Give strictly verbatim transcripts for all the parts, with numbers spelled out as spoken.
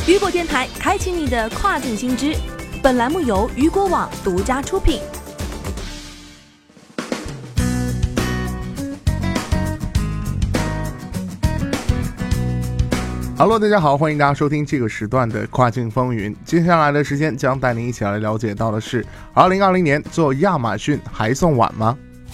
雨果电台开启你的跨境新知，本栏目由雨果网独家出品。 Hello， 大家好，欢迎大家收听这个时段的跨境风云。接下来的时间将带您一起来了解到的是，二零二零年做亚马逊还算晚吗？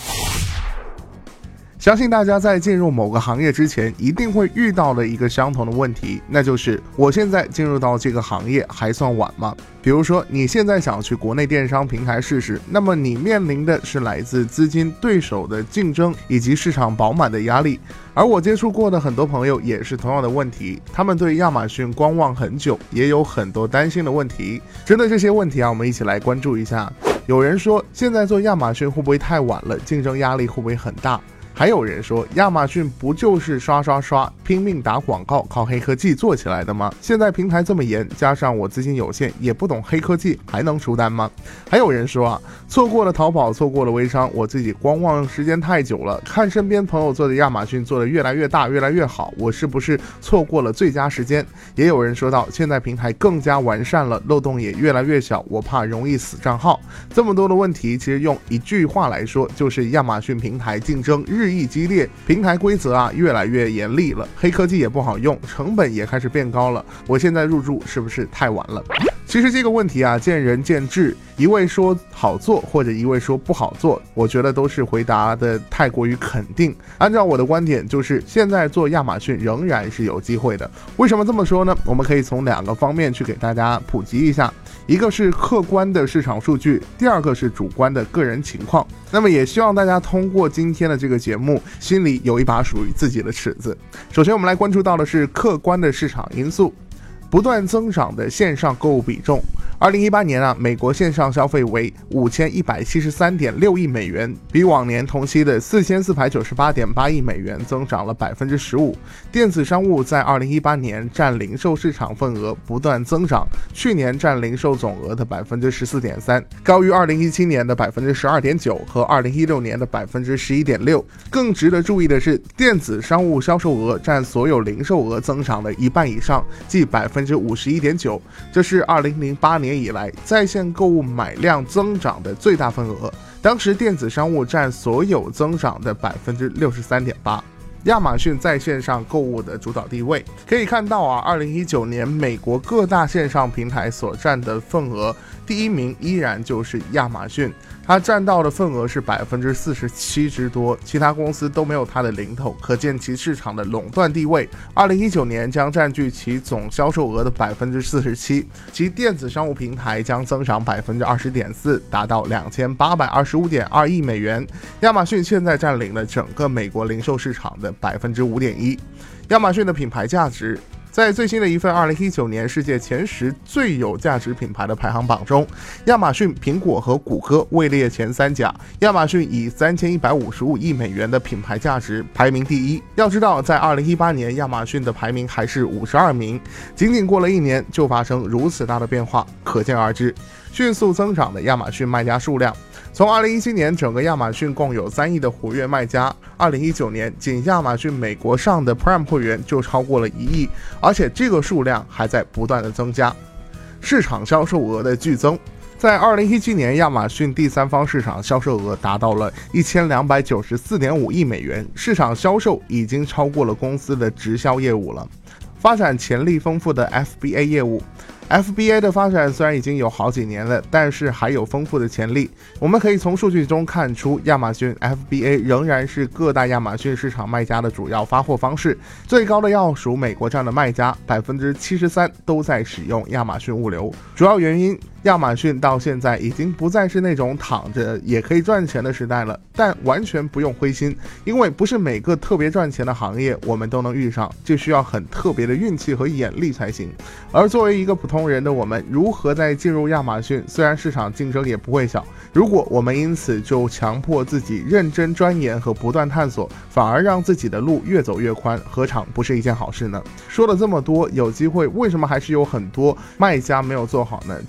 相信大家在进入某个行业之前，一定会遇到的一个相同的问题，那就是我现在进入到这个行业还算晚吗？比如说你现在想去国内电商平台试试，那么你面临的是来自资金对手的竞争以及市场饱满的压力。而我接触过的很多朋友也是同样的问题，他们对亚马逊观望很久，也有很多担心的问题。针对这些问题啊，我们一起来关注一下。有人说，现在做亚马逊会不会太晚了？竞争压力会不会很大？还有人说，亚马逊不就是刷刷刷拼命打广告靠黑科技做起来的吗？现在平台这么严，加上我资金有限，也不懂黑科技，还能出单吗？还有人说啊，错过了淘宝，错过了微商，我自己观望时间太久了，看身边朋友做的亚马逊做的越来越大越来越好，我是不是错过了最佳时间？也有人说到，现在平台更加完善了，漏洞也越来越小，我怕容易死账号。这么多的问题，其实用一句话来说，就是亚马逊平台竞争日日益激烈，平台规则啊越来越严厉了，黑科技也不好用，成本也开始变高了。我现在入驻是不是太晚了？其实这个问题啊，见仁见智，一位说好做，或者一位说不好做，我觉得都是回答的太过于肯定。按照我的观点，就是现在做亚马逊仍然是有机会的。为什么这么说呢？我们可以从两个方面去给大家普及一下，一个是客观的市场数据，第二个是主观的个人情况。那么也希望大家通过今天的这个节目，心里有一把属于自己的尺子。首先我们来关注到的是客观的市场因素，不断增长的线上购物比重。二零一八年啊，美国线上消费为五千一百七十三点六亿美元，比往年同期的四千四百九十八点八亿美元增长了百分之十五。电子商务在二零一八年占零售市场份额不断增长，去年占零售总额的百分之十四点三，高于二零一七年的百分之十二点九和二零一六年的百分之十一点六。更值得注意的是，电子商务销售额占所有零售额增长的一半以上，即百分之五十一点九，这是二零零八年以来在线购物买量增长的最大份额，当时电子商务占所有增长的百分之六十三点八。亚马逊在线上购物的主导地位，可以看到啊，二零一九年美国各大线上平台所占的份额，第一名依然就是亚马逊，它占到的份额是百分之四十七之多，其他公司都没有它的零头，可见其市场的垄断地位。二零一九年将占据其总销售额的百分之四十七，其电子商务平台将增长百分之二十点四，达到两千八百二十五点二亿美元。亚马逊现在占领了整个美国零售市场的百分之五点一。亚马逊的品牌价值。在最新的一份二零一九年世界前十最有价值品牌的排行榜中，亚马逊、苹果和谷歌位列前三甲。亚马逊以三千一百五十五亿美元的品牌价值排名第一。要知道，在二零一八年，亚马逊的排名还是五十二名，仅仅过了一年就发生如此大的变化，可见而知。迅速增长的亚马逊卖家数量。从二零一七年整个亚马逊共有三亿的活跃卖家，二零一九年仅亚马逊美国上的 Prime 会员就超过了一亿，而且这个数量还在不断的增加。市场销售额的剧增。在二零一七年，亚马逊第三方市场销售额达到了一千两百九十四点五亿美元，市场销售已经超过了公司的直销业务了。发展潜力丰富的 F B A 业务。F B A 的发展虽然已经有好几年了，但是还有丰富的潜力。我们可以从数据中看出，亚马逊 F B A 仍然是各大亚马逊市场卖家的主要发货方式，最高的要数美国站的卖家 百分之七十三 都在使用亚马逊物流。主要原因，亚马逊到现在已经不再是那种躺着也可以赚钱的时代了，但完全不用灰心，因为不是每个特别赚钱的行业我们都能遇上，这需要很特别的运气和眼力才行。而作为一个普通人的我们，如何在进入亚马逊，虽然市场竞争也不会小，如果我们因此就强迫自己认真钻研和不断探索，反而让自己的路越走越宽，何尝不是一件好事呢？说了这么多，有机会为什么还是有很多卖家没有做好呢？其实我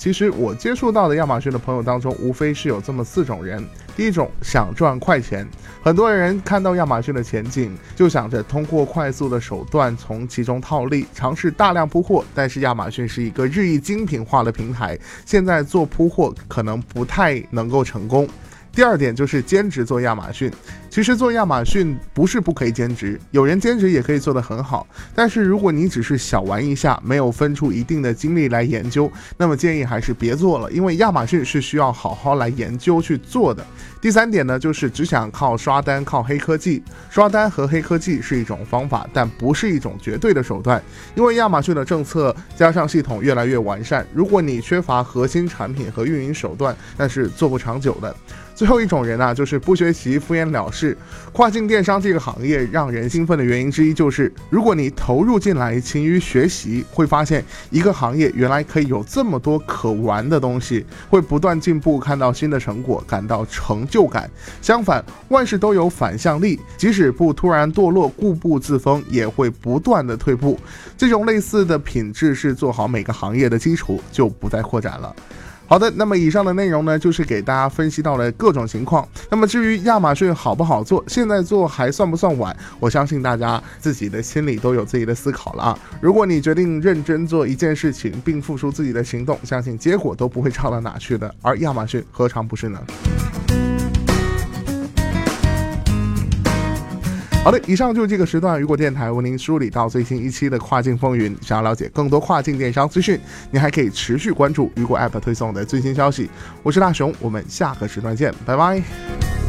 我接触到的亚马逊的朋友当中，无非是有这么四种人。第一种，想赚快钱，很多人看到亚马逊的前景，就想着通过快速的手段从其中套利，尝试大量铺货。但是亚马逊是一个日益精品化的平台，现在做铺货可能不太能够成功。第二点就是兼职做亚马逊，其实做亚马逊不是不可以兼职，有人兼职也可以做得很好，但是如果你只是小玩一下，没有分出一定的精力来研究，那么建议还是别做了，因为亚马逊是需要好好来研究去做的。第三点呢，就是只想靠刷单靠黑科技，刷单和黑科技是一种方法，但不是一种绝对的手段，因为亚马逊的政策加上系统越来越完善，如果你缺乏核心产品和运营手段，那是做不长久的。最后一种人啊，就是不学习敷衍了事。跨境电商这个行业让人兴奋的原因之一就是，如果你投入进来勤于学习，会发现一个行业原来可以有这么多可玩的东西，会不断进步，看到新的成果，感到成就感。相反，万事都有反向力，即使不突然堕落固步自封，也会不断的退步。这种类似的品质是做好每个行业的基础，就不再扩展了。好的，那么以上的内容呢，就是给大家分析到了各种情况。那么至于亚马逊好不好做，现在做还算不算晚，我相信大家自己的心里都有自己的思考了啊。如果你决定认真做一件事情，并付出自己的行动，相信结果都不会差到哪去的，而亚马逊何尝不是呢？好的，以上就是这个时段雨果电台为您梳理到最新一期的跨境风云。想要了解更多跨境电商资讯，你还可以持续关注雨果 App 推送的最新消息。我是大熊，我们下个时段见，拜拜。